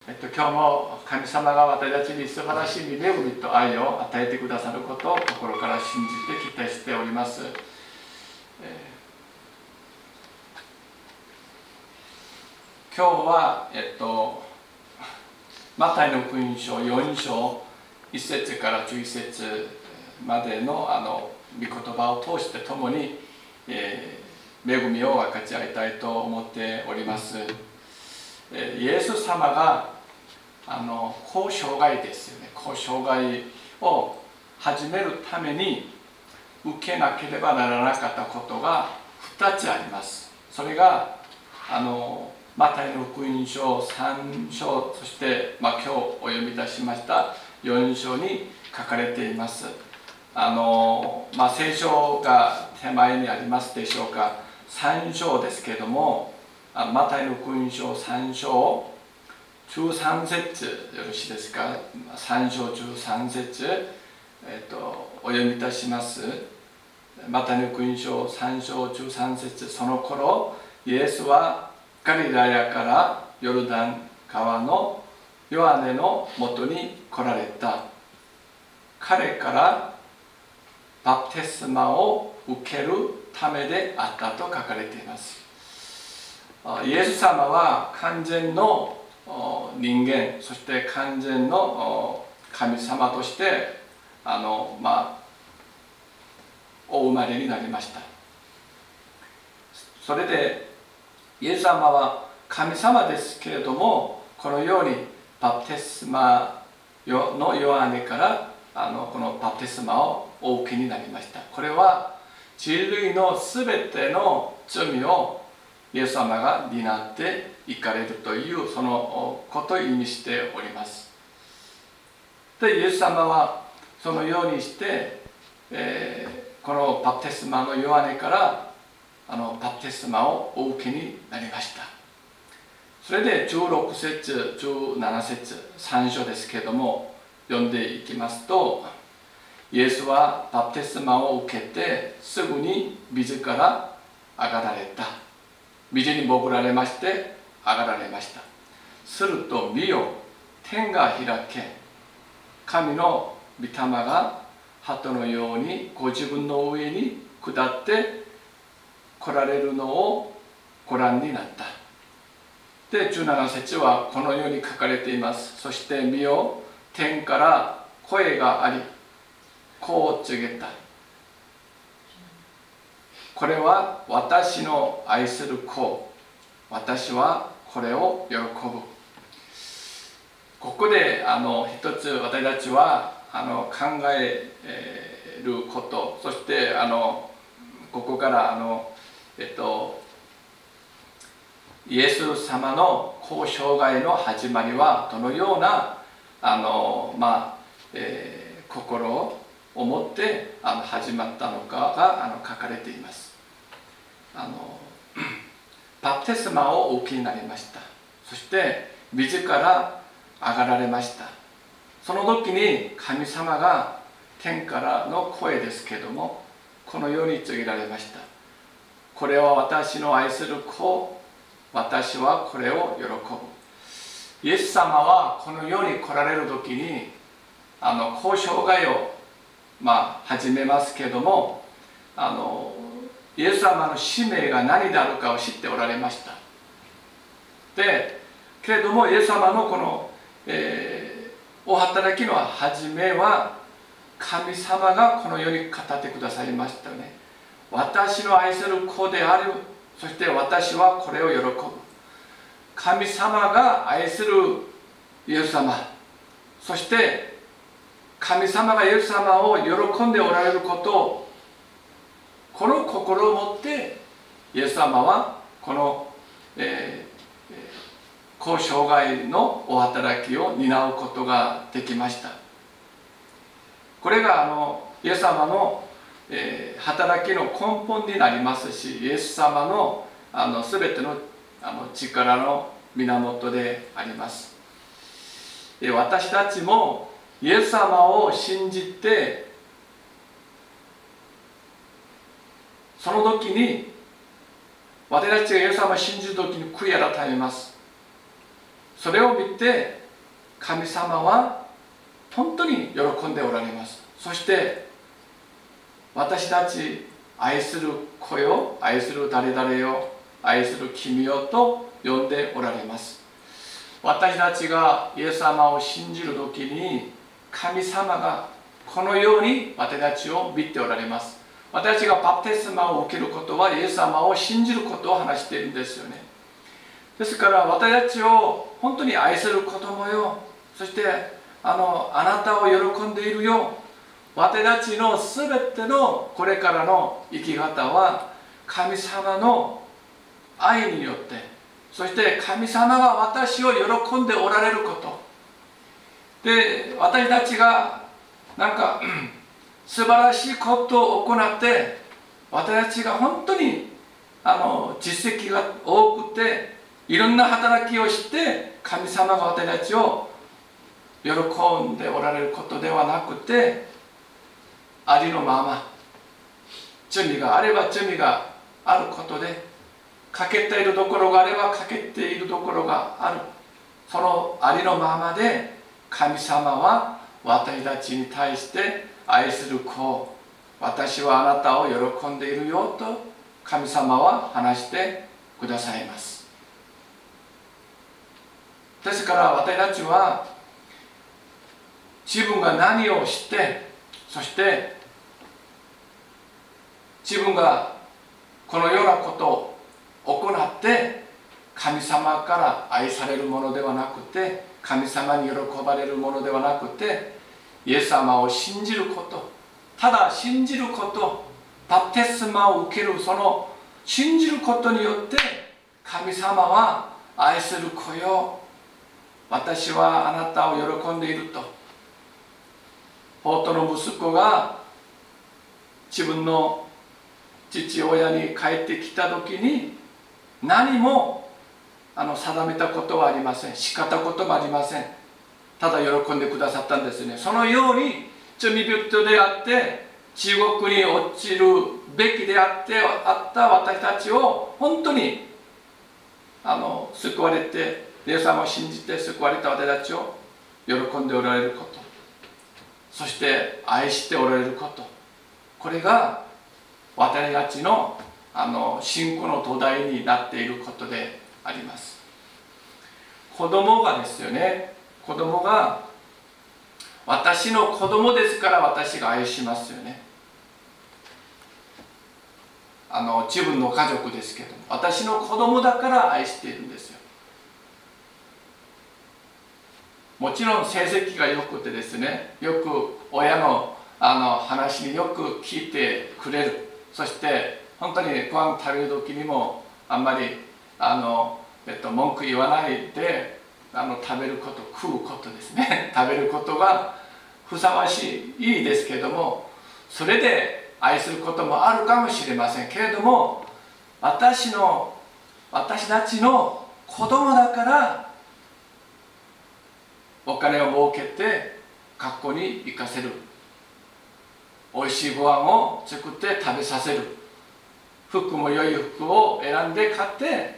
今日も神様が私たちに素晴らしい恵みと愛を与えてくださることを心から信じて期待しております。今日は、マタイの福音書4章1節から11節までの御言葉を通して共に、恵みを分かち合いたいと思っております。イエス様が交渉外ですよね。交渉外を始めるために受けなければならなかったことが2つあります。それがマタイの福音書3章、そして、今日お読みいたしました4章に書かれています。聖書が手前にありますでしょうか。3章ですけれども、マタイの福音書3章13節よろしいですか。3章13節、お読みいたします。マタイの福音書3章13節、その頃イエスはガリラヤからヨルダン川のヨハネのもとに来られた。彼からバプテスマを受けるためであったと書かれています。イエス様は完全の人間、そして完全の神様としてお生まれになりました。それでイエス様は神様ですけれども、このようにバプテスマのヨハネからこのバプテスマをお受けになりました。これは人類のすべての罪をイエス様が担っていかれるというそのことを意味しております。で、イエス様はそのようにして、このバプテスマのヨハネからバプテスマをお受けになりました。それで16節17節3章ですけれども読んでいきますと、イエスはバプテスマを受けてすぐに水から上がられた。水に潜られまして上がられました。すると見よ、天が開け、神の御霊が鳩のようにご自分の上に下って来られるのをご覧になった。で、17節はこのように書かれています。そして見よ、天から声があり、こう告げた。これは私の愛する子、私はこれを喜ぶ。ここで一つ私たちは考えること、そしてここからイエス様の交渉外の始まりはどのような心を持って始まったのかが書かれています。バプテスマをお受けになりました。そして自ら上がられました。その時に神様が天からの声ですけれども、このように告げられました。これは私の愛する子、私はこれを喜ぶ。イエス様はこの世に来られる時に交渉外を始めますけれども、イエス様の使命が何であるかを知っておられました。で、けれどもイエス様のこの、お働きの始めは神様がこの世に語ってくださいましたよね。私の愛する子である、そして私はこれを喜ぶ。神様が愛するイエス様、そして神様がイエス様を喜んでおられることを、この心を持ってイエス様はこの、交渉外のお働きを担うことができました。これがイエス様の、働きの根本になりますし、イエス様の全ての力の源であります。私たちもイエス様を信じて、その時に私たちがイエス様を信じる時に悔い改めます。 それを見て神様は本当に喜んでおられます。そして私たち愛する子よ、愛する誰々よ、愛する君よと呼んでおられます。私たちがイエス様を信じるときに神様がこのように私たちを見ておられます。私たちがバプテスマを受けることはイエス様を信じることを話しているんですよね。ですから私たちを本当に愛する子供よ、そしてあなたを喜んでいるよ、私たちのすべてのこれからの生き方は神様の愛によって、そして神様が私を喜んでおられることで、私たちがなんか素晴らしいことを行って私たちが本当に実績が多くていろんな働きをして神様が私たちを喜んでおられることではなくて、ありのまま罪があれば罪があることで、欠けているところがあれば欠けているところがある、そのありのままで神様は私たちに対して愛する子、私はあなたを喜んでいるよと神様は話してくださいます。ですから私たちは自分が何をして、そして自分がこのようなことを行って神様から愛されるものではなくて、神様に喜ばれるものではなくて、イエス様を信じること、ただ信じること、バプテスマを受けるその信じることによって神様は愛する子よ、私はあなたを喜んでいると。法との息子が自分の父親に帰ってきた時に何も定めたことはありません、仕方こともありません。ただ喜んでくださったんですね。そのように罪人であって地獄に落ちるべきであった私たちを本当に救われて、イエス様を信じて救われた私たちを喜んでおられること、そして愛しておられること、これが私たちの信仰の土台になっていることであります。子供がですよね、子供が私の子供ですから私が愛しますよね。自分の家族ですけども、私の子供だから愛しているんですよ。もちろん成績が良くてですね、よく親の話によく聞いてくれる、そして本当にご飯食べる時にもあんまり文句言わないで食べること、食うことですね食べることがふさわしい、いいですけれども、それで愛することもあるかもしれませんけれども、私たちの子供だからお金を儲けて学校に行かせる、おいしいご飯を作って食べさせる、服も良い服を選んで買って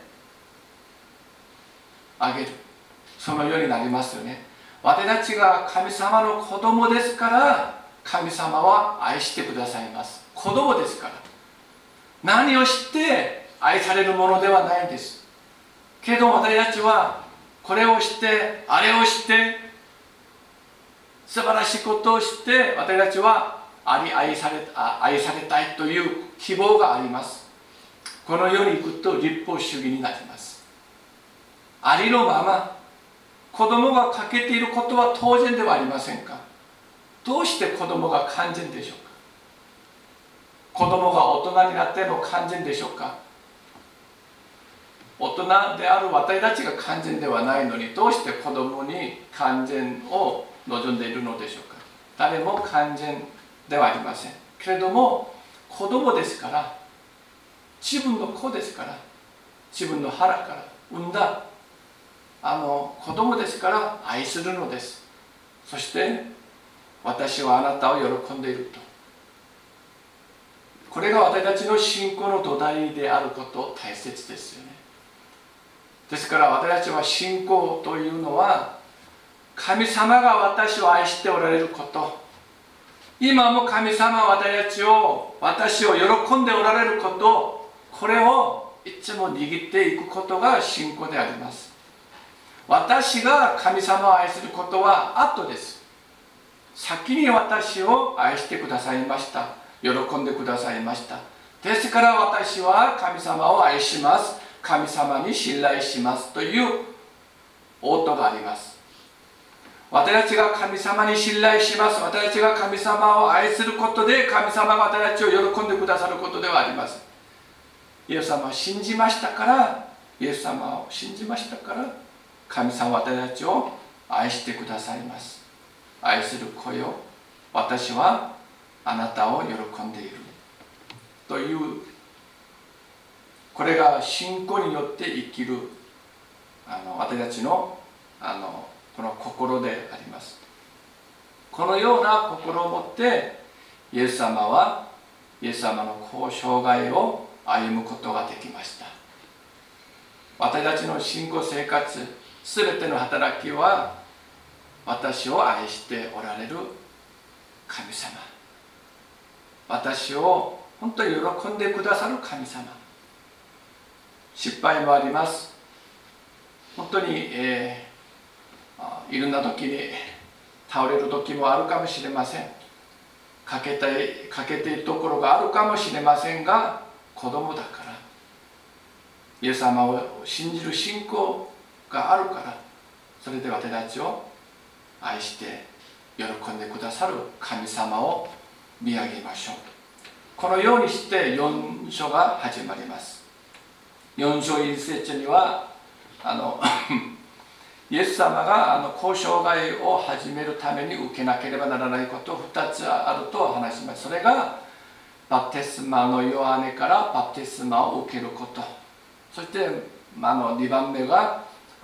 あげる、そのようになりますよね。私たちが神様の子供ですから神様は愛してくださいます。子供ですから何をして愛されるものではないんです。けど私たちはこれをしてあれをして素晴らしいことをして私たちは愛されたいという希望があります。この世に行くと立法主義になります。ありのまま子供が欠けていることは当然ではありませんか。どうして子供が完全でしょうか。子供が大人になっても完全でしょうか。大人である私たちが完全ではないのに、どうして子供に完全を望んでいるのでしょうか。誰も完全ではありませんけれども、子供ですから、自分の子ですから、自分の腹から産んだ子供ですから愛するのです。そして私はあなたを喜んでいると。これが私たちの信仰の土台であること大切ですよね。 ですから私たちは信仰というのは、神様が私を愛しておられること、今も神様は私を喜んでおられること、これをいつも握っていくことが信仰であります。私が神様を愛することは後です。先に私を愛してくださいました。喜んでくださいました。ですから私は神様を愛します。神様に信頼しますという応答があります。私たちが神様に信頼します。私たちが神様を愛することで、神様が私たちを喜んでくださることではありません。イエス様を信じましたから、神様は私たちを愛してくださいます。愛する子よ、私はあなたを喜んでいるという、これが信仰によって生きる私たちのこの心であります。このような心を持ってイエス様のこう生涯を歩むことができました。私たちの信仰生活、すべての働きは私を愛しておられる神様、私を本当に喜んでくださる神様。失敗もあります。本当に、いろんな時に倒れる時もあるかもしれません。欠けているところがあるかもしれませんが、子供だから、イエス様を信じる信仰があるから、それで私たちを愛して喜んでくださる神様を見上げましょう。このようにして4章が始まります。4章1節にはイエス様が交渉外を始めるために受けなければならないこと2つあると話します。それがバプテスマのヨハネからバプテスマを受けること、そして2番目が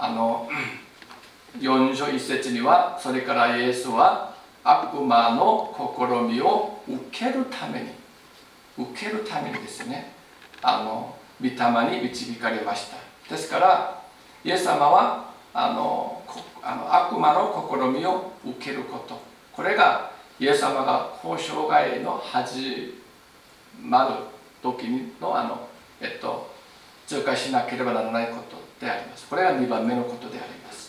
4章1節には、それからイエスは悪魔の試みを受けるためにですね、御霊に導かれました。ですからイエス様は悪魔の試みを受けること、これがイエス様が交渉外の始まる時の通過しなければならないことであります。これが2番目のことであります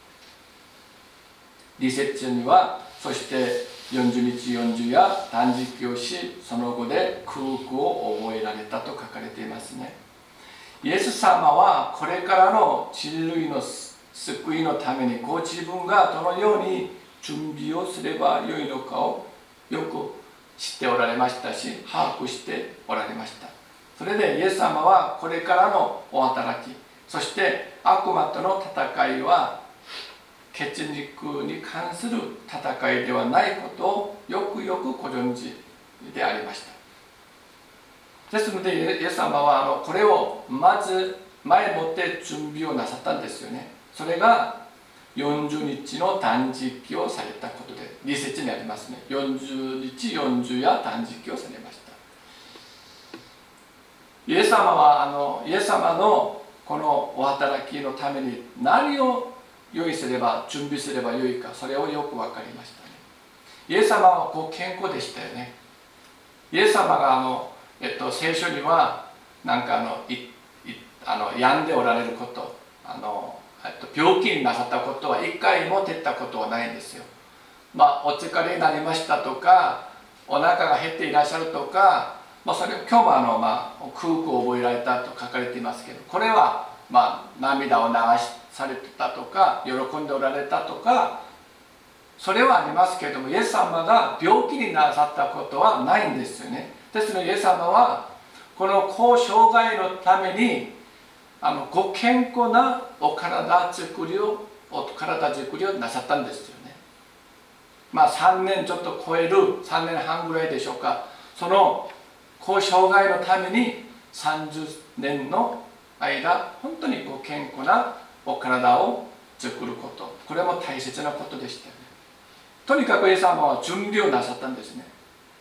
。2節には、そして40日40夜断食をし、その後で空腹を覚えられたと書かれていますね。イエス様はこれからの人類の救いのためにご自分がどのように準備をすればよいのかをよく知っておられましたし、把握しておられました。それでイエス様はこれからのお働き、そして悪魔との戦いは血肉に関する戦いではないことをよくよくご存知でありました。ですのでイエス様はこれをまず前もって準備をなさったんですよね。それが40日の断食をされたことで、2節にありますね。40日40夜断食をされました。イエス様はイエス様のこのお働きのために何を用意すれば、準備すればよいか、それをよく分かりましたね。イエス様は健康でしたよね。イエス様が聖書にはなんか病んでおられること、病気になさったことは一回も出たことはないんですよ。お疲れになりましたとか、お腹が減っていらっしゃるとか、それを今日も空腹を覚えられたと書かれていますけど、これは涙を流されてたとか、喜んでおられたとか、それはありますけれども、イエス様が病気になさったことはないんですよね。ですのでイエス様はこの後生涯のためにご健康なお体作りをなさったんですよね。3年ちょっと超える3年半ぐらいでしょうか。その後生涯のために30年の間、本当にご健康なお体を作ること、これも大切なことでしたよね。とにかくイエス様は準備をなさったんですね。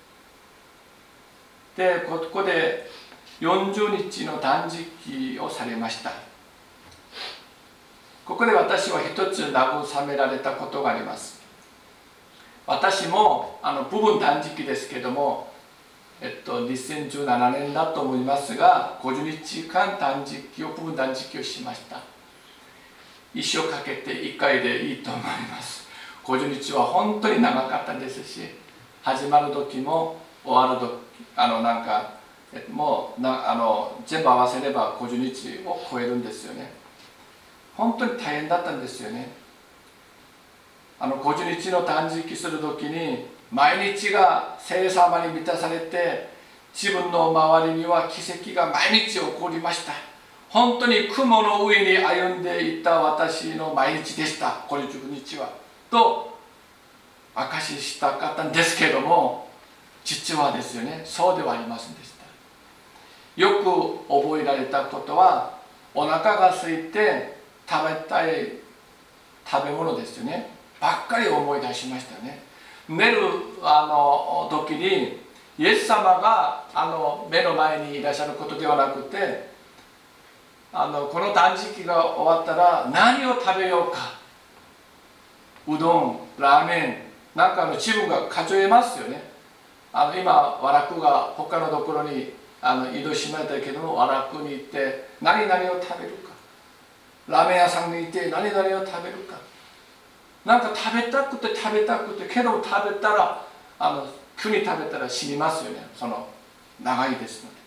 でここで40日の断食をされました。 ここで私は一つ慰められたことがあります。私も部分断食ですけども、2017年だと思いますが、50日間部分断食をしました。一生かけて1回でいいと思います。50日は本当に長かったですし、始まる時も終わる時全部合わせれば50日を超えるんですよね。本当に大変だったんですよね。50日の断食する時に毎日が聖霊様に満たされて、自分の周りには奇跡が毎日起こりました。本当に雲の上に歩んでいた私の毎日でした、50日はと証ししたかったんですけども、実はですよね、そうではありませんでした。よく覚えられたことは、お腹が空いて食べたい食べ物ですよね、ばっかり思い出しましたよね。寝る時にイエス様が目の前にいらっしゃることではなくて、この断食が終わったら何を食べようか、うどん、ラーメンなんか自分が数えますよね。今和楽が他のところに移動しましたけども、和楽に行って何々を食べるか、ラーメン屋さんに行って何々を食べるか、なんか食べたくてけど食べたら急に食べたら死にますよね。長いですので、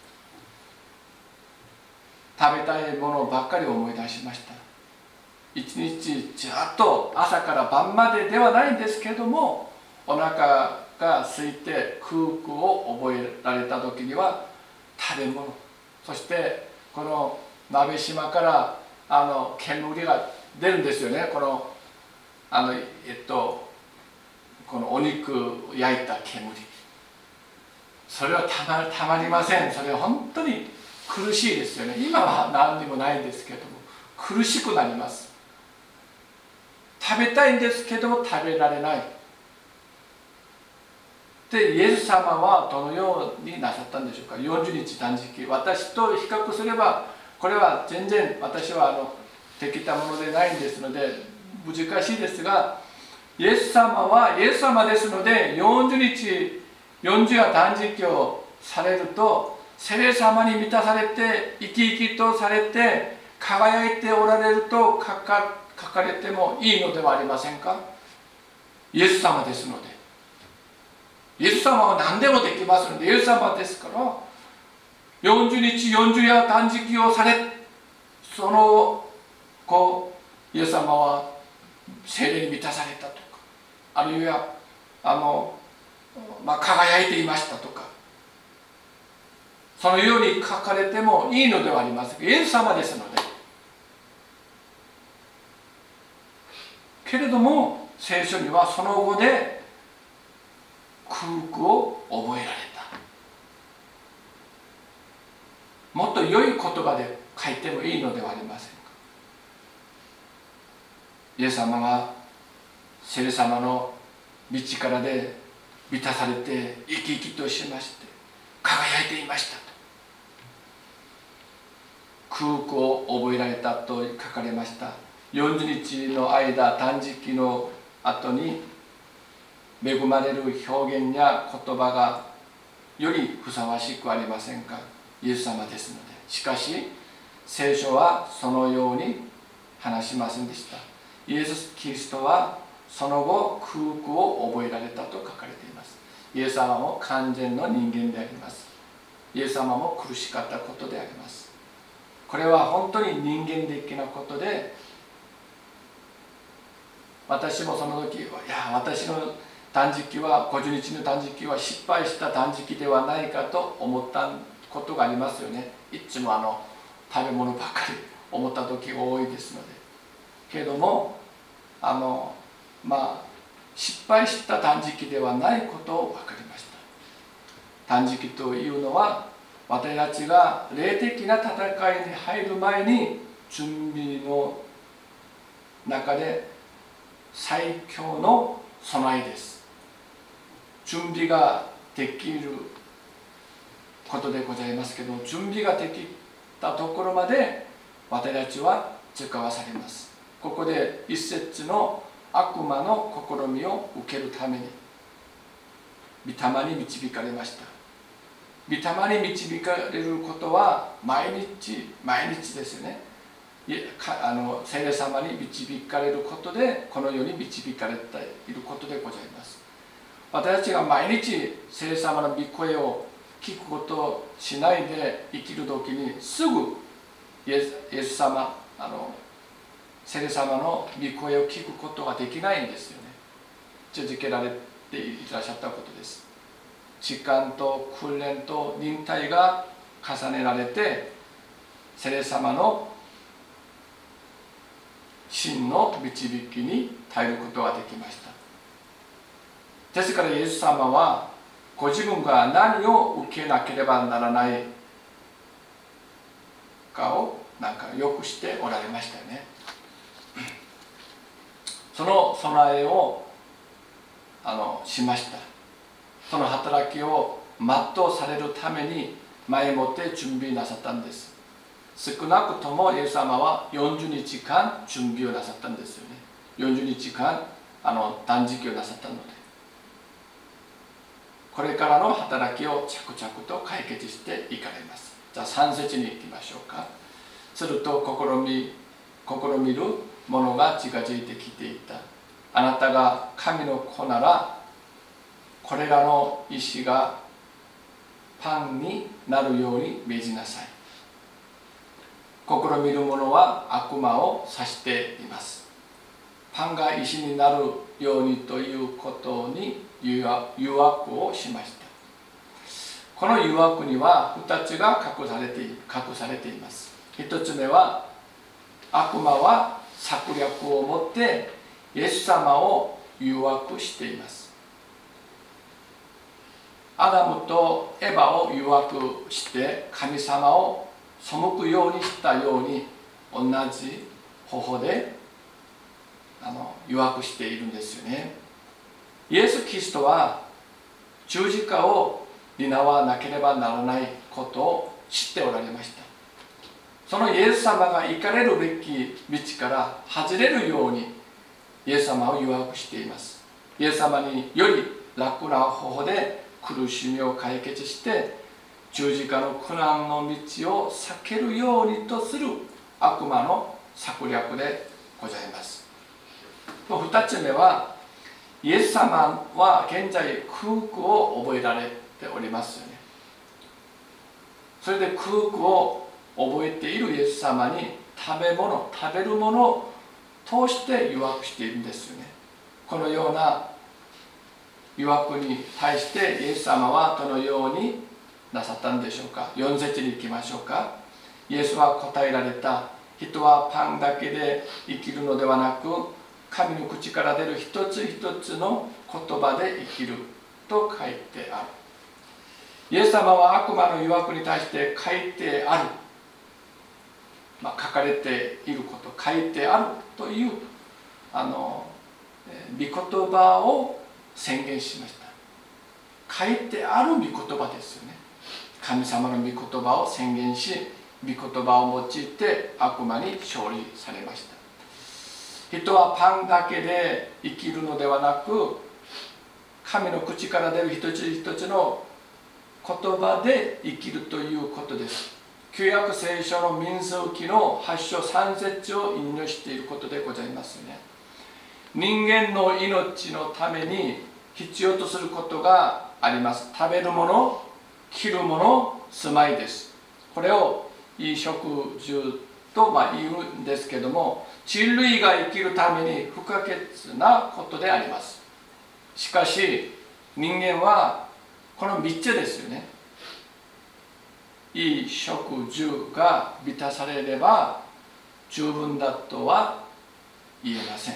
食べたいものばっかり思い出しました。一日ずっと朝から晩までではないんですけども、お腹が空いて空腹を覚えられた時には食べ物、そしてこの鍋島から煙が出るんですよね。このお肉を焼いた煙、それはたまりません。それは本当に苦しいですよね。今は何にもないんですけども、苦しくなります。食べたいんですけども食べられない。で、イエス様はどのようになさったんでしょうか。40日断食、私と比較すればこれは全然私はできたものでないんですので難しいですが、イエス様はイエス様ですので、40日40夜断食をされると聖霊様に満たされて生き生きとされて輝いておられると書かれてもいいのではありませんか。イエス様ですので、イエス様は何でもできますので、イエス様ですから40日40夜断食をされ、その後イエス様は聖霊に満たされたとか、あるいは輝いていましたとか、そのように書かれてもいいのではありませんか。イエス様ですので。けれども聖書にはその後で空腹を覚えられた。もっと良い言葉で書いてもいいのではありませんか。イエス様が聖霊様の道からで満たされて生き生きとしまして輝いていましたと、空腹を覚えられたと書かれました。40日の間断食の後に恵まれる表現や言葉がよりふさわしくありませんか。イエス様ですので。しかし聖書はそのように話しませんでした。イエス・キリストはその後空腹を覚えられたと書かれています。イエス様も完全の人間であります。イエス様も苦しかったことであります。これは本当に人間的なことで、私もその時私の断食は50日の断食は失敗した断食ではないかと思ったことがありますよね。いつも食べ物ばっかり思った時が多いですので。けれども失敗した断食ではないことを分かりました。断食というのは私たちが霊的な戦いに入る前に準備の中で最強の備えです。準備ができることでございますけど、準備ができたところまで私たちは使わされます。 ここで一節の悪魔の試みを受けるために御霊に導かれました。御霊に導かれることは毎日ですよね。聖霊様に導かれることでこの世に導かれていることでございます。私たちが毎日聖霊様の御声を聞くことをしないで生きるときにすぐイエス様聖霊様の御声を聞くことができないんですよね。続けられていらっしゃったことです。時間と訓練と忍耐が重ねられて聖霊様の真の導きに耐えることができました。ですからイエス様はご自分が何を受けなければならないかをよくしておられましたよね。その備えをしました。その働きを全うされるために前もって準備なさったんです。少なくともイエス様は40日間準備をなさったんですよね。40日間断食をなさったので、これからの働きを着々と解決していかれます。じゃあ3節に行きましょうか。すると試みる者が近づいてきていた。あなたが神の子ならこれらの石がパンになるように命じなさい。試みる者は悪魔を指しています。パンが石になるようにということに誘惑をしました。この誘惑には2つが隠されています。1つ目は悪魔は策略を持ってイエス様を誘惑しています。アダムとエバを誘惑して神様を背くようにしたように同じ方法で誘惑しているんですよね。イエス・キリストは十字架を担わなければならないことを知っておられました。そのイエス様が行かれるべき道から外れるようにイエス様を誘惑しています。イエス様により楽な方法で苦しみを解決して十字架の苦難の道を避けるようにとする悪魔の策略でございます。2つ目はイエス様は現在空腹を覚えられておりますよね。それで空腹を覚えているイエス様に食べるものを通して誘惑しているんですよね。このような誘惑に対してイエス様はどのようになさったんでしょうか。4節に行きましょうか。イエスは答えられた。人はパンだけで生きるのではなく神の口から出る一つ一つの言葉で生きると書いてある。イエス様は悪魔の誘惑に対して書いてある、書かれていること、書いてあるという御言葉を宣言しました。書いてある御言葉ですよね。神様の御言葉を宣言し、御言葉を用いて悪魔に勝利されました。人はパンだけで生きるのではなく、神の口から出る一つ一つの言葉で生きるということです。旧約聖書の民数記の8章3節を引用していることでございますね。人間の命のために必要とすることがあります。食べるもの、着るもの、住まいです。これを衣食住と言うんですけども、人類が生きるために不可欠なことであります。しかし人間はこの3つですよね。衣食住が満たされれば十分だとは言えません。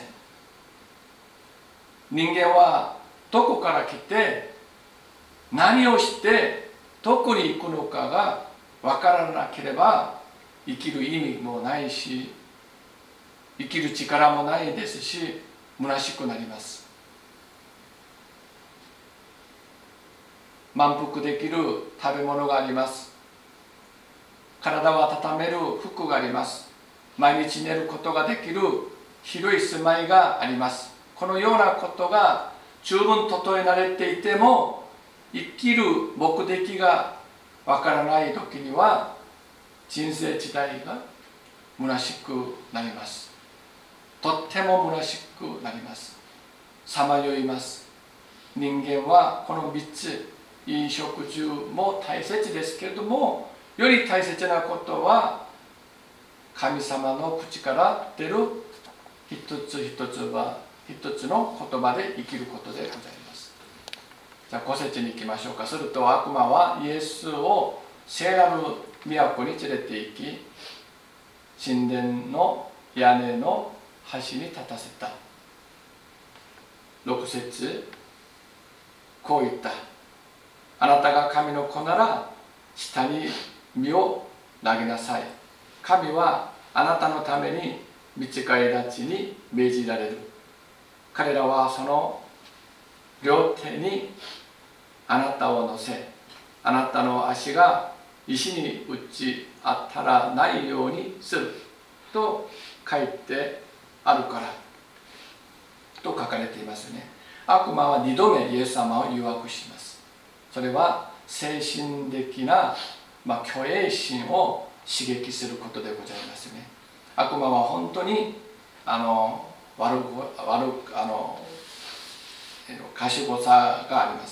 人間はどこから来て何をしてどこに行くのかが分からなければ生きる意味もないし、生きる力もないですし、虚しくなります。満腹できる食べ物があります。体を温める服があります。毎日寝ることができる広い住まいがあります。このようなことが十分整えられていても、生きる目的がわからない時には人生自体が虚しくなります。とっても虚しくなります。さまよいます。人間はこの3つ、飲食住も大切ですけれども、より大切なことは神様の口から出る一つ一つの言葉で生きることでございます。じゃあ5節に行きましょうか。すると悪魔はイエスを聖なる都に連れて行き、神殿の屋根の端に立たせた。6節、こう言った。あなたが神の子なら下に身を投げなさい。神はあなたのために御使いたちに命じられる。彼らはその両手にあなたを乗せ、あなたの足が石に打ち当たらないようにすると書いてあるからと書かれていますね。悪魔は2度目イエス様を誘惑します。それは精神的な、虚栄心を刺激することでございますね。悪魔は本当に賢さがあります。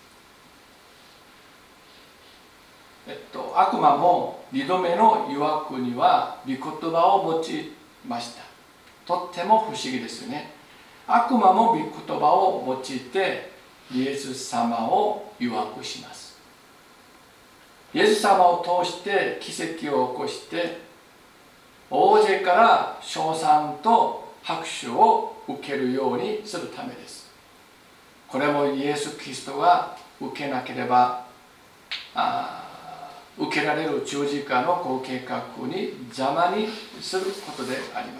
悪魔も2度目の誘惑には御言葉を用いました。とっても不思議ですよね。悪魔も御言葉を用いてイエス様を誘惑します。イエス様を通して奇跡を起こして大勢から称賛と拍手を受けるようにするためです。これもイエス・キリストが受けなければ受けられる十字架のご計画に邪魔にすることであります。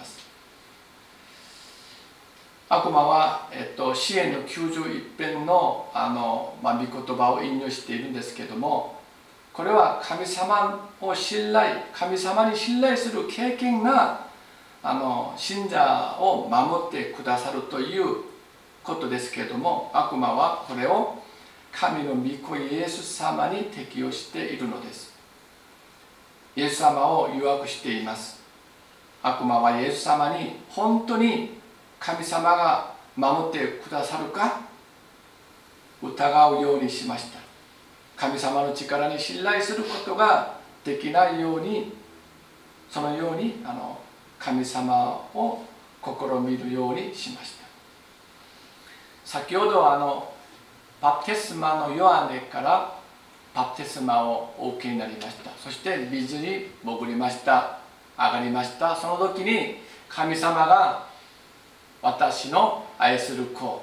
悪魔は、詩篇の91編の、御言葉を引用しているんですけれども、これは神様に信頼する経験が信者を守ってくださるということですけれども、悪魔はこれを神の御子イエス様に適用しているのです。イエス様を誘惑しています。悪魔はイエス様に本当に神様が守ってくださるか疑うようにしました。神様の力に信頼することができないように、そのように神様を試みるようにしました。先ほどバプテスマのヨハネからバプテスマをお受けになりました。そして水に潜りました。上がりました。その時に神様が私の愛する子、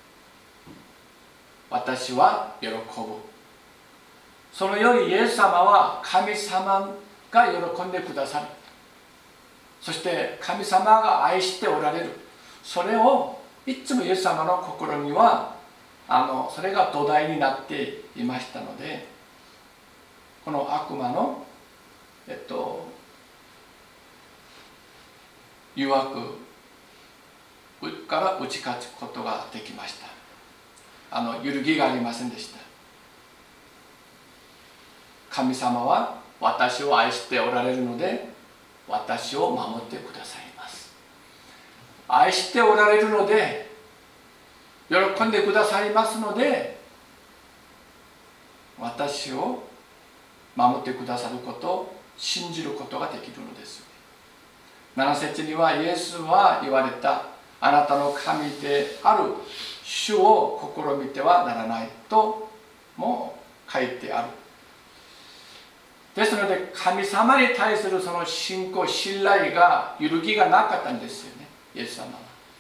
私は喜ぶ。そのようにイエス様は神様が喜んでくださる。そして神様が愛しておられる。それをいつもイエス様の心にはそれが土台になっていましたので、この悪魔の誘惑から打ち勝つことができました。揺るぎがありませんでした。神様は私を愛しておられるので私を守ってくださいます。愛しておられるので喜んでくださいますので、私を守ってくださることを信じることができるのです。7節にはイエスは言われた。あなたの神である主を試みてはならないとも書いてある。ですので神様に対するその信仰、信頼が揺るぎがなかったんですよね、イエス様は。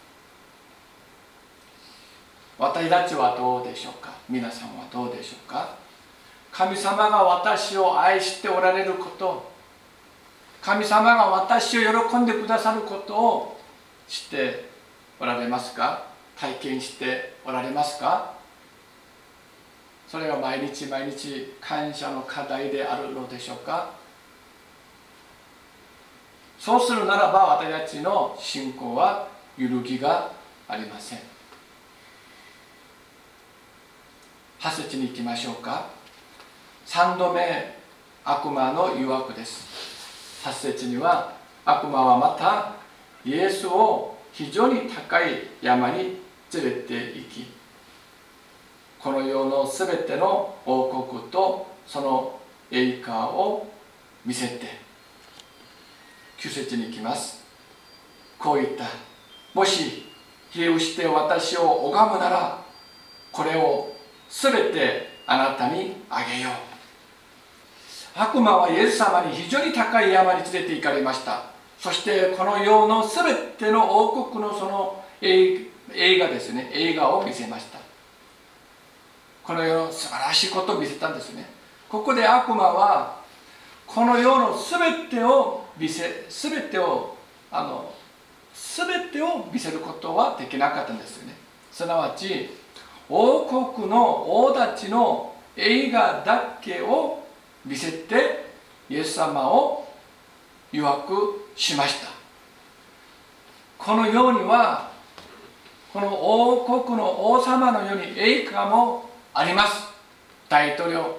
私たちはどうでしょうか。皆さんはどうでしょうか。神様が私を愛しておられること、神様が私を喜んでくださることを知っておられますか。体験しておられますか。それが毎日毎日感謝の課題であるのでしょうか。 そうするならば私たちの信仰は揺るぎがありません。8節に行きましょうか。3度目、悪魔の誘惑です。8節には、悪魔はまたイエスを非常に高い山に連れて行き、この世のすべての王国とその栄華を見せて、9節に行きます。こう言った。もしひれ伏して私を拝むなら、これをすべてあなたにあげよう。悪魔はイエス様に非常に高い山に連れて行かれました。そしてこの世のすべての王国のその映画ですね、映画を見せました。この世の素晴らしいことを見せたんですね。ここで悪魔はこの世のすべてを見せることはできなかったんですよね。すなわち王国の王たちの映画だけを見せてイエス様を誘惑しました。この世にはこの王国の王様のように栄華もあります。大統領、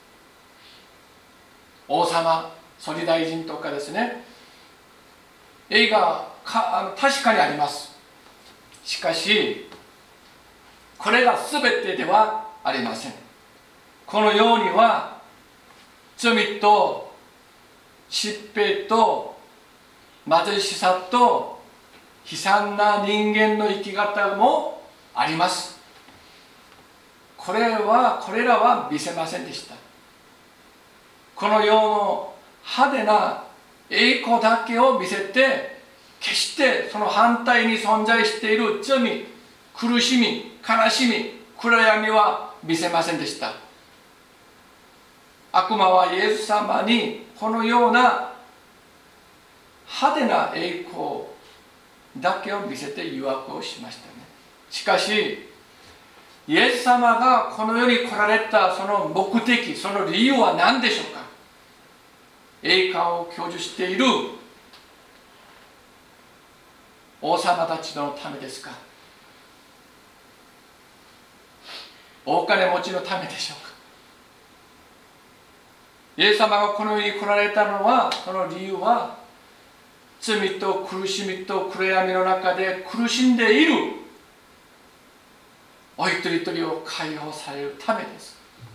王様、総理大臣とかですね、栄華確かにあります。しかしこれが全てではありません。この世には罪と疾病と貧しさと悲惨な人間の生き方もあります。これらは見せませんでした。この世の派手な栄光だけを見せて、決してその反対に存在している罪、苦しみ、悲しみ、暗闇は見せませんでした。悪魔はイエス様にこのような派手な栄光だけを見せて誘惑をしましたね。しかしイエス様がこの世に来られたその目的、その理由は何でしょうか。栄華を享受している王様たちのためですか。お金持ちのためでしょうか。イエス様がこの世に来られたのは、その理由は罪と苦しみと暗闇の中で苦しんでいるお一人一人を解放されるためです。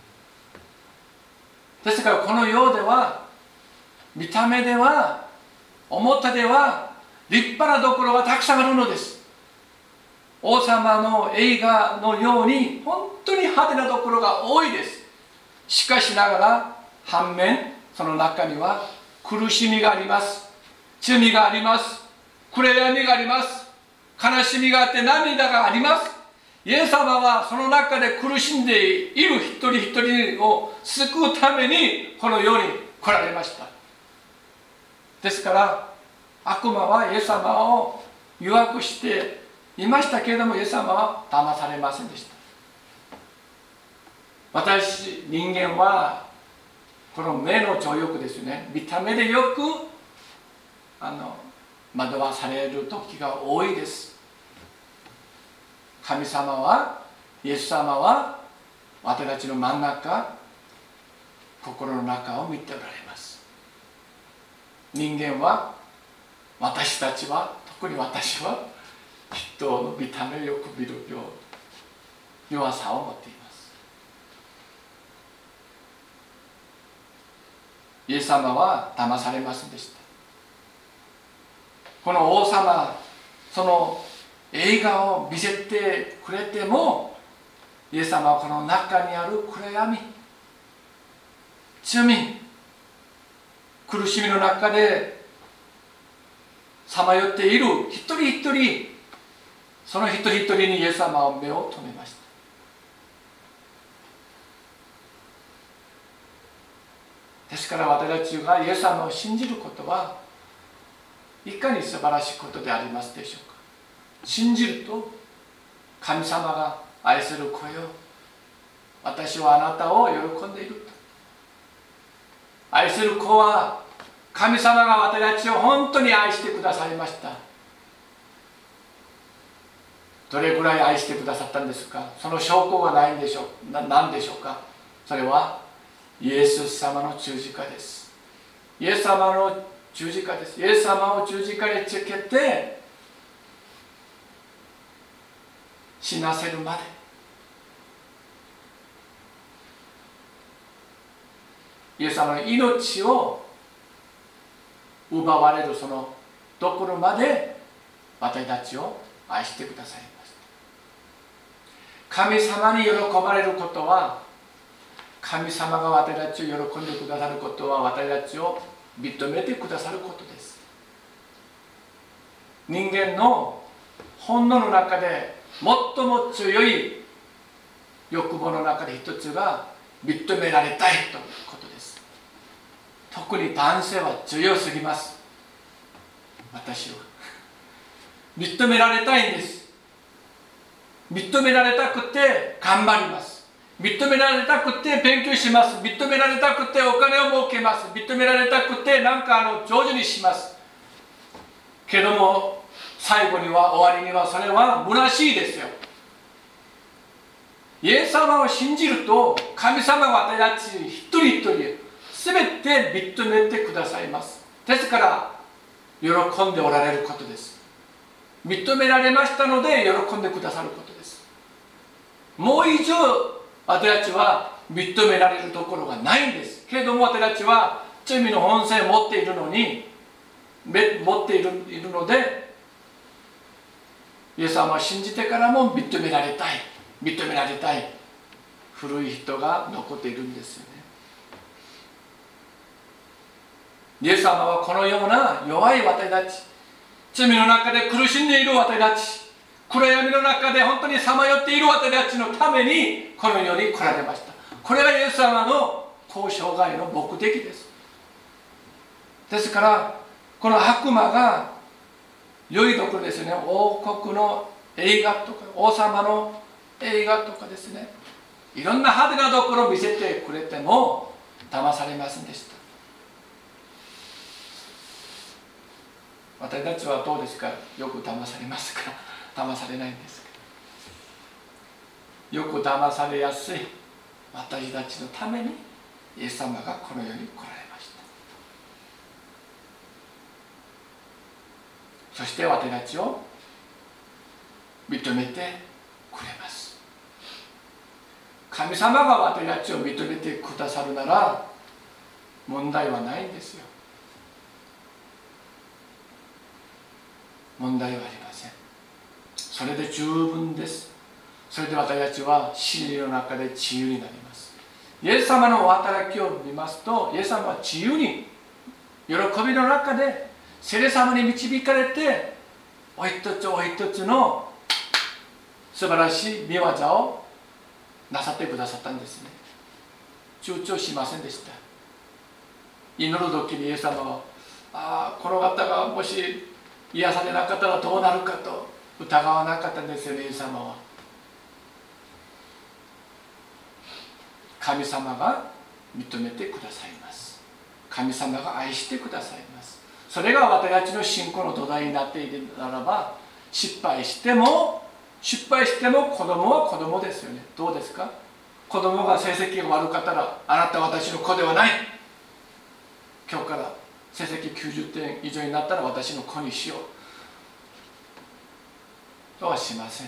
ですからこの世では見た目では表では立派なところがたくさんあるのです。王様の映画のように本当に派手なところが多いです。しかしながら反面、その中には苦しみがあります。罪があります。暗闇があります。悲しみがあって涙があります。イエス様はその中で苦しんでいる一人一人を救うためにこの世に来られました。ですから悪魔はイエス様を誘惑していましたけれども、イエス様は騙されませんでした。人間はこの目の情欲ですよね。見た目でよく惑わされる時が多いです。神様は、イエス様は私たちの真ん中、心の中を見ておられます。人間は、私たちは、特に私は人の見た目をよく見る弱さを持っています。イエス様は騙されませんでした。この王様、その映画を見せてくれても、イエス様はこの中にある暗闇、罪、苦しみの中でさまよっている一人一人、その一人一人にイエス様は目を留めました。ですから私たちがイエス様を信じることはいかに素晴らしいことでありますでしょうか。信じると、神様が愛する子よ、私はあなたを喜んでいると。愛する子は神様が私たちを本当に愛してくださいました。どれぐらい愛してくださったんですか。その証拠がないんでしょう。何でしょうか。それはイエス様の十字架です。イエス様の十字架です。イエス様を十字架につけて死なせるまで、イエス様の命を奪われるそのところまで私たちを愛してくださいました。神様に喜ばれることは、神様が私たちを喜んでくださることは、私たちを認めてくださることです。人間の本能の中で最も強い欲望の中で一つが認められたいということです。特に男性は強すぎます。私は認められたいんです。認められたくて頑張ります。認められたくて勉強します。認められたくてお金を儲けます。認められたくて上手にします。けども最後には、終わりにはそれは虚しいですよ。イエス様を信じると、神様が私たち一人一人全て認めてくださいます。ですから喜んでおられることです。認められましたので喜んでくださることです。もう以上私たちは認められるところがないんです。けれども私たちは罪の本性を持っているので、イエス様を信じてからも認められたい古い人が残っているんですよね。イエス様はこのような弱い私たち、罪の中で苦しんでいる私たち、暗闇の中で本当にさまよっている私たちのためにこの世に来られました。これがイエス様の交渉外の目的です。ですからこの悪魔が良いところですね、王国の映画とか王様の映画とかですね、いろんな派手なところを見せてくれても騙されませんでした。私たちはどうですか。よく騙されますか。騙されないんですか。よく騙されやすい私たちのためにイエス様がこの世に来られました。そして私たちを認めてくれます。神様が私たちを認めてくださるなら問題はないんですよ。問題はありません。それで十分です。それで私たちは真理の中で自由になります。イエス様の働きを見ますと、イエス様は自由に喜びの中で聖霊様に導かれてお一つお一つの素晴らしい御業をなさってくださったんですね。躊躇しませんでした。祈る時にイエス様はこの方がもし癒されなかったらどうなるかと疑わなかったんですよね。イエス様は神様が認めてくださいます。神様が愛してくださいます。それが私たちの信仰の土台になっているならば、失敗しても子供は子供ですよね。どうですか。子供が成績が悪かったら、あなたは私の子ではない、今日から成績90点以上になったら私の子にしようとはしません。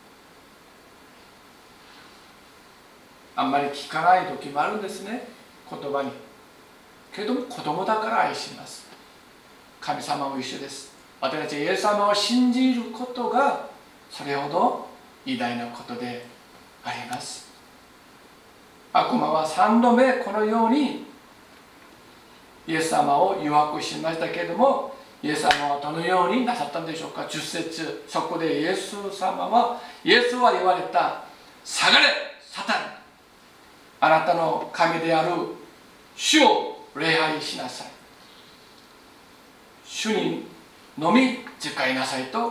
あんまり聞かない時もあるんですね、言葉に。けれども子供だから愛します。神様も一緒です。私たちイエス様を信じることがそれほど偉大なことであります。悪魔は3度目このようにイエス様を誘惑しましたけれども、イエス様はどのようになさったんでしょうか。10節、そこでイエスは言われた。下がれサタン、あなたの神である主を礼拝しなさい、主にのみ仕えなさいと書いて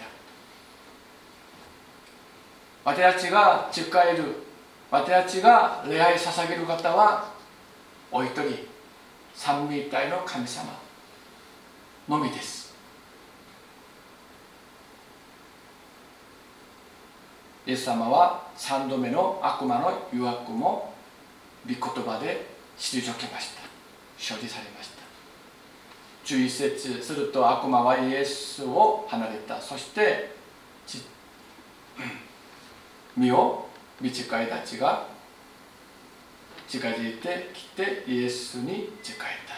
ある。私たちが仕える、私たちが礼拝捧げる方はお一人、 三位一体の神様のみです。イエス様は3度目の悪魔の誘惑も御言葉で退けました。処理されました。11節すると悪魔はイエスを離れた。そして見よ、御使いたちが近づいてきてイエスに仕えた。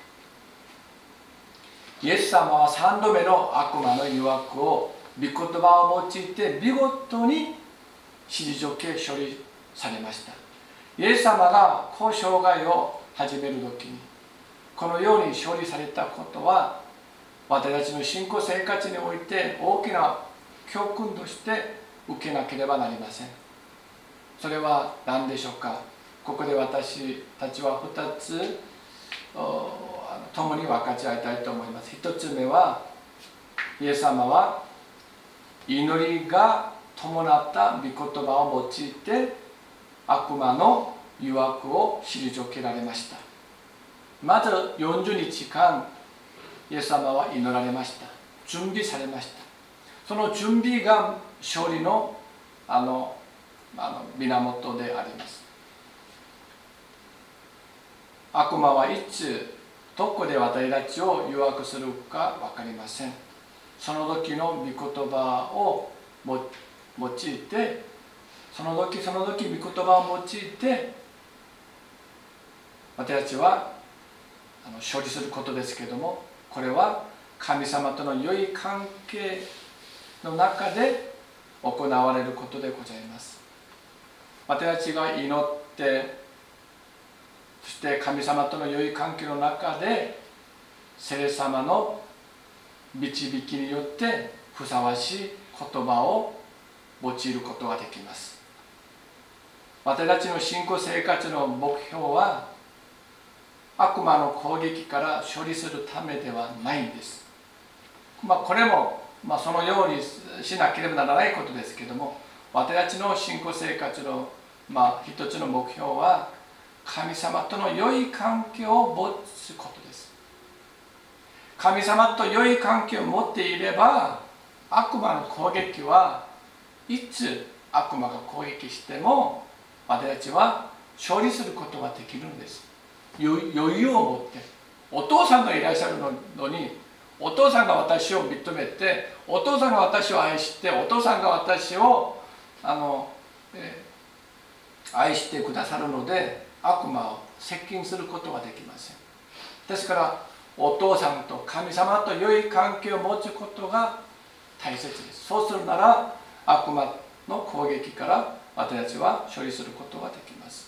イエス様は3度目の悪魔の誘惑を御言葉を用いて見事に退け処理されました。イエス様がこう生涯を始める時にこのように処理されたことは、私たちの信仰生活において大きな教訓として受けなければなりません。それは何でしょうか。ここで私たちは2つ共に分かち合いたいと思います。1つ目は、イエス様は祈りが伴った御言葉を用いて悪魔の誘惑を退けられました。まず40日間イエス様は祈られました。準備されました。その準備が勝利の源であります。悪魔はいつどこで私たちを誘惑するか分かりません。その時の御言葉を用いて、その時その時御言葉を用いて私たちは処理することですけれども、これは神様との良い関係の中で行われることでございます。私たちが祈って、そして神様との良い関係の中で聖霊様の導きによってふさわしい言葉を用いることができます。私たちの信仰生活の目標は悪魔の攻撃から処理するためではないんです。これもそのようにしなければならないことですけれども、私たちの信仰生活の一つの目標は神様との良い関係を持つことです。神様と良い関係を持っていれば、悪魔の攻撃はいつ悪魔が攻撃しても私たちは勝利することができるんです。余裕を持って、お父さんがいらっしゃるのに、お父さんが私を認めて、お父さんが私を愛して、お父さんが私を愛してくださるので、悪魔を接近することができません。ですからお父さんと神様と良い関係を持つことが大切です。そうするなら悪魔の攻撃から私たちは処理することができます。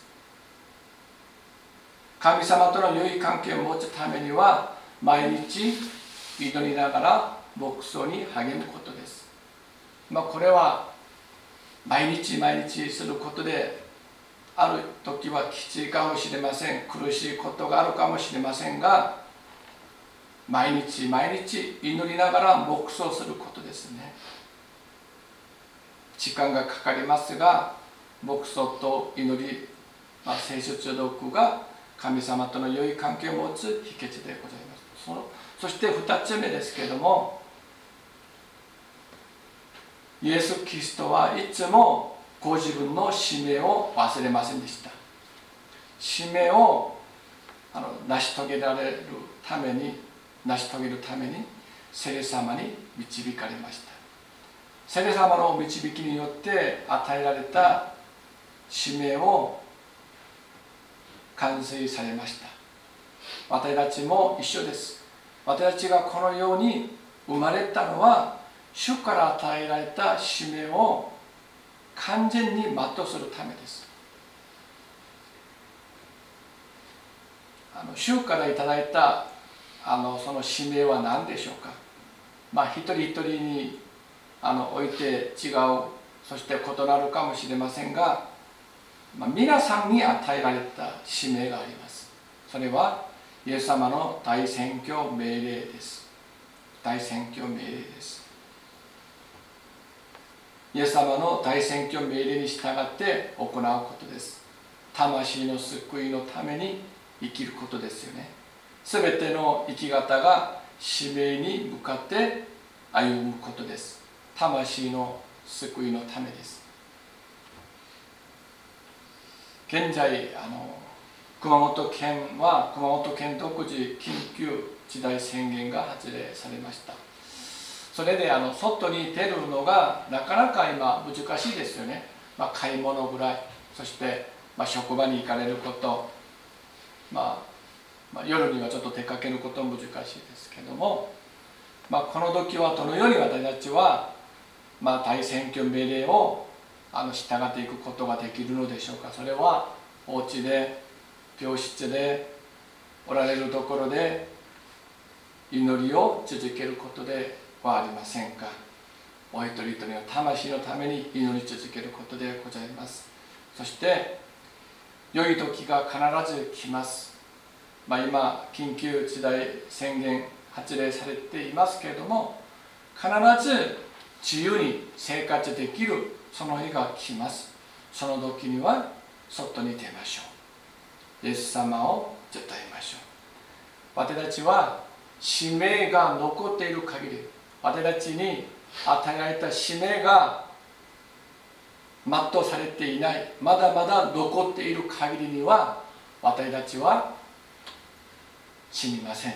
神様との良い関係を持つためには毎日祈りながら牧草に励むことです。これは毎日毎日することで、ある時はきついかもしれません。苦しいことがあるかもしれませんが、毎日毎日祈りながら牧草することですね。時間がかかりますが、牧草と祈り、聖書中読が神様との良い関係を持つ秘訣でございます。そして2つ目ですけれども、イエス・キリストはいつもご自分の使命を忘れませんでした。使命を成し遂げるために聖霊様に導かれました。聖霊様の導きによって与えられた使命を完遂されました。私たちも一緒です。私たちがこのように生まれたのは、主から与えられた使命を完全に全うするためです。主からいただいたその使命は何でしょうか。一人一人において違う、そして異なるかもしれませんが、皆さんに与えられた使命があります。それはイエス様の大宣教命令です。大宣教命令です。イエス様の大宣教命令に従って行うことです。魂の救いのために生きることですよね。 すべての生き方が使命に向かって歩むことです。魂の救いのためです。現在熊本県は熊本県独自緊急事態宣言が発令されました。それで外に出るのがなかなか今難しいですよね。買い物ぐらい、そして、職場に行かれること、夜にはちょっと出かけることも難しいですけども、この時はどのように私たちは、大選挙命令を従っていくことができるのでしょうか。それはお家で、病室で、おられるところで祈りを続けることではありませんか。お一人一人の魂のために祈り続けることでございます。そして良い時が必ず来ます。今緊急事態宣言発令されていますけれども、必ず自由に生活できるその日が来ます。その時には外に出ましょう。イエス様を絶対ましょう。私たちは使命が残っている限り、私たちに与えられた使命が全うされていない、まだまだ残っている限りには、私たちは死にません。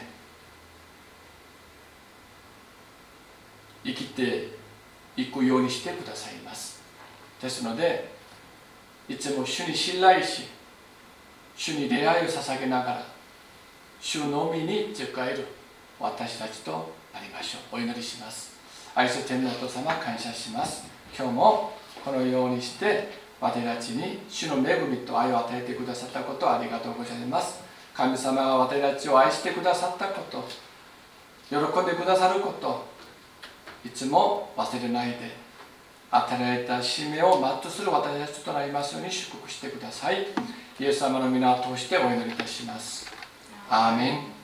生きていくようにしてくださいます。ですので、いつも主に信頼し、主に礼拝を捧げながら、主のみに仕える私たちとなりましょう。お祈りします。愛する天のお父様、感謝します。今日もこのようにして私たちに主の恵みと愛を与えてくださったことをありがとうございます。神様が私たちを愛してくださったこと、喜んでくださること、いつも忘れないで、与えられた使命を全うする私たちとなりますように祝福してください。イエス様の皆を通してお祈りいたします。アーメン。